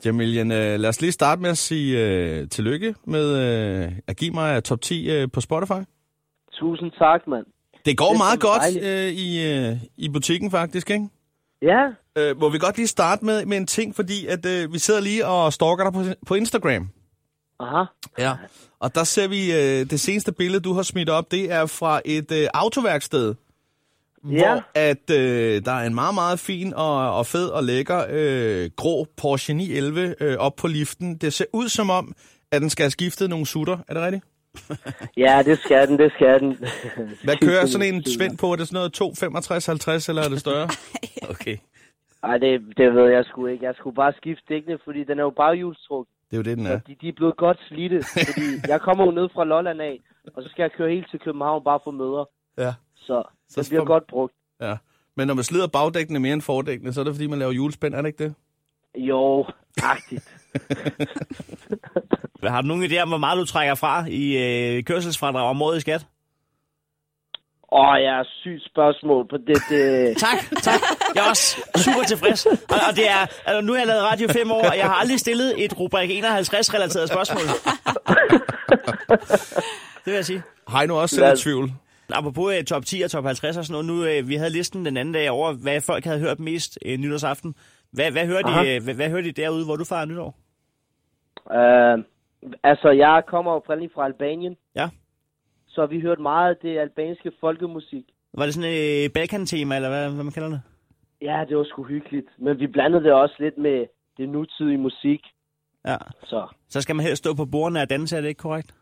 Jamilian, lad os lige starte med at sige tillykke med at give mig top 10 på Spotify. Tusind tak, mand. Det går meget godt i butikken faktisk, ikke? Ja. Må vi godt lige starte med en ting, fordi at vi sidder lige og stalker dig på Instagram. Aha. Ja, og der ser vi det seneste billede, du har smidt op, det er fra et autoværksted. Ja. Hvor at der er en meget, meget fin og fed og lækker grå Porsche 911 op på liften. Det ser ud som om, at den skal have skiftet nogle sutter. Er det rigtigt? Ja, det skal den. Hvad kører sådan en Svend på? Er det sådan noget 265-50, eller er det større? Okay. Ej, det ved jeg sgu ikke. Jeg skulle bare skifte dækkene, fordi den er jo bare hjulstrukket. Det er jo det, den er. De er blevet godt slidte, fordi jeg kommer jo ned fra Lolland af, og så skal jeg køre helt til København bare for møder. Ja. Så det bliver godt brugt. Ja. Men når man slider bagdækkene mere end fordækkene, så er det fordi, man laver hjulspænd, er det ikke det? Jo, agtigt. Har du nogen idé om, hvor meget du trækker fra i kørselsfradrag om året i skat? Ja, sygt spørgsmål på det. Tak. Jeg er også super tilfreds. Og det er, altså, nu har jeg lavet radio 5 år, og jeg har aldrig stillet et rubrik 51-relateret spørgsmål. Det vil jeg sige. Har I nu også lidt tvivl? Apropos top 10 og top 50 og sådan noget, vi havde listen den anden dag over, hvad folk havde hørt mest nytårsaften. Hvad hørte I derude, hvor du fejrer nytår? Altså, jeg kommer oprindeligt fra Albanien. Ja. Så vi hørte meget af det albanske folkemusik. Var det sådan et Balkan-tema, eller hvad man kalder det? Ja, det var sgu hyggeligt. Men vi blandede det også lidt med det nutidige musik. Ja. Så skal man helst stå på bordene og danse, er det ikke korrekt?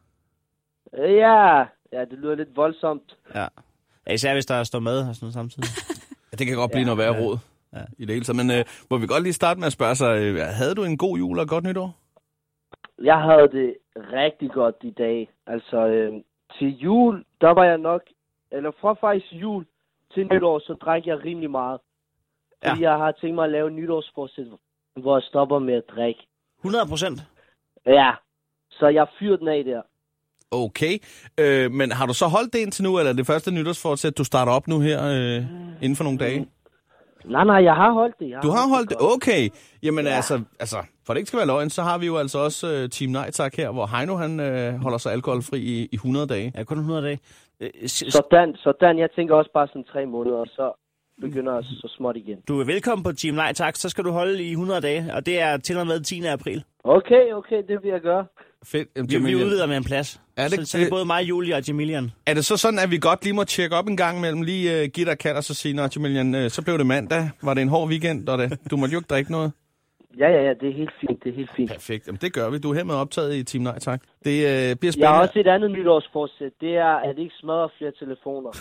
Ja, det lyder lidt voldsomt. Ja. Især hvis der står mad og sådan noget samtidig. Ja, det kan godt blive noget værre råd i det hele taget. Men må vi godt lige starte med at spørge sig, havde du en god jul og godt nytår? Jeg havde det rigtig godt i dag. Altså, til jul, der var jeg nok, eller fra faktisk jul til nytår, så drak jeg rimelig meget. Fordi jeg har tænkt mig at lave en nytårsforsæt, hvor jeg stopper med at drikke. 100%? Ja, så jeg fyrer den af der. Okay, men har du så holdt det indtil nu, eller er det første nytårsforsæt, du starter op nu her inden for nogle dage? Nej, jeg har holdt det. Du har holdt det? Okay. Jamen altså, for det ikke skal være løgn, så har vi jo altså også Team Nej Tak her, hvor Heino han holder sig alkoholfri i 100 dage. Ja, kun 100 dage. Sådan, jeg tænker også bare sådan 3 måneder, og så begynder jeg så småt igen. Du er velkommen på Team Nej Tak, så skal du holde i 100 dage, og det er til og med 10. april. Okay, det vil jeg gøre. Fedt. Vi udvider med en plads. Så det er både mig, Julie og Jamilian. Er det så sådan, at vi godt lige må tjekke op en gang imellem, lige give dig kald og så sige, Jamilian, så blev det mandag, var det en hård weekend, og du måtte jo ikke drikke noget? Ja, det er helt fint, Perfekt, jamen det gør vi. Du er hermed optaget i Team Nej Tak. Det bliver spændende. Jeg har også et andet nytårsforsæt, det er, at ikke smadre flere telefoner.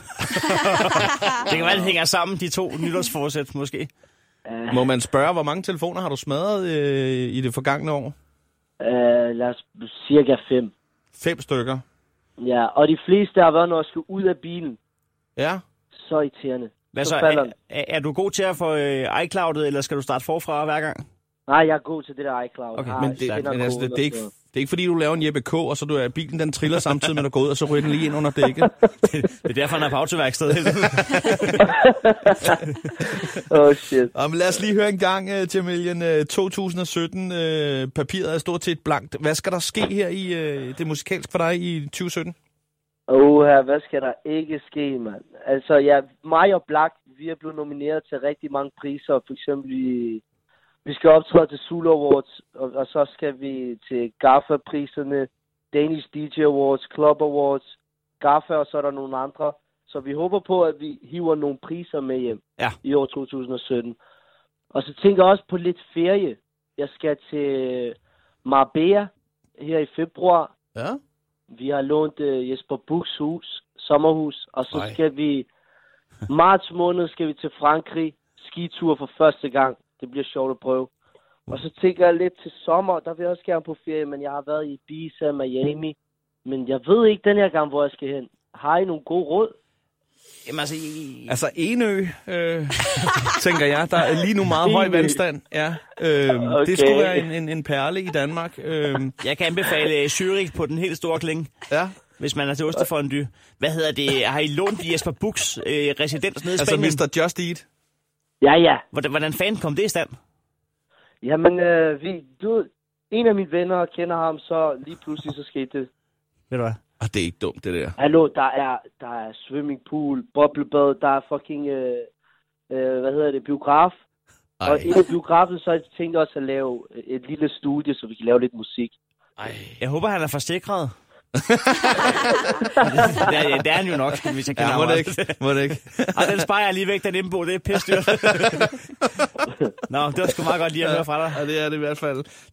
Det kan være, det hænger sammen, de to nytårsforsæt måske. Må man spørge, hvor mange telefoner har du smadret i det forgangne år? Lad os cirka 5. 5 stykker? Ja, og de fleste har været, når jeg skal ud af bilen. Ja. Så irriterende. Hvad så? Er du god til at få iCloud'et, eller skal du starte forfra hver gang? Nej, jeg er god til det der iCloud. Okay, men det er ikke fordi, du laver en Jeppe K., og så bilen den triller samtidig med, at du går ud, og så ryger den lige ind under dækket. Det er derfor, han er på autoværkstedet. Shit. Men lad os lige høre en gang, Jamilian. 2017, papiret er stort set blankt. Hvad skal der ske her i det musikalske for dig i 2017? Hvad skal der ikke ske, mand? Altså, mig og Black, vi er blevet nomineret til rigtig mange priser. For eksempel vi skal optræde til Zulu Awards, og så skal vi til GAFA-priserne, Danish DJ Awards, Club Awards, GAFA, og så er der nogle andre. Så vi håber på, at vi hiver nogle priser med hjem i år 2017. Og så tænker jeg også på lidt ferie. Jeg skal til Marbella her i februar. Ja. Vi har lånt Jesper Buchs sommerhus, og så skal vi marts måned skal vi til Frankrig, skitur for første gang. Det bliver sjovt at prøve. Og så tænker jeg lidt til sommer, der vil jeg også gerne på ferie, men jeg har været i Ibiza, Miami. Men jeg ved ikke den her gang, hvor jeg skal hen. Har I nogle gode råd? Jamen altså Enø, tænker jeg. Der er lige nu meget høj vandstand. Ja, okay. Det skulle være en perle i Danmark. Jeg kan anbefale Zürich på den helt store klinge. Ja. Hvis man er til ostefondue. Hvad hedder det? Har I lånt Jesper Buchs residens nede i Spanien? Altså Mr. Just Eat? Ja. Hvordan fanden kom det i stand? Jamen, en af mine venner kender ham, så lige pludselig så skete det. Ved du hvad? Det er ikke dumt, det der. Hallo, der er swimmingpool, boblebad, der er fucking, biograf. Ej. Og inden biografen, så har jeg tænkt også at lave et lille studie, så vi kan lave lidt musik. Ej. Jeg håber, han er forsikret. det er han jo nok, hvis jeg kender ham. Må det ikke. Ej, den sparer jeg lige væk, den indbo, det er pisse dyrt. Nå, det var sgu meget godt lige at høre fra dig. Ja, det er det i hvert fald.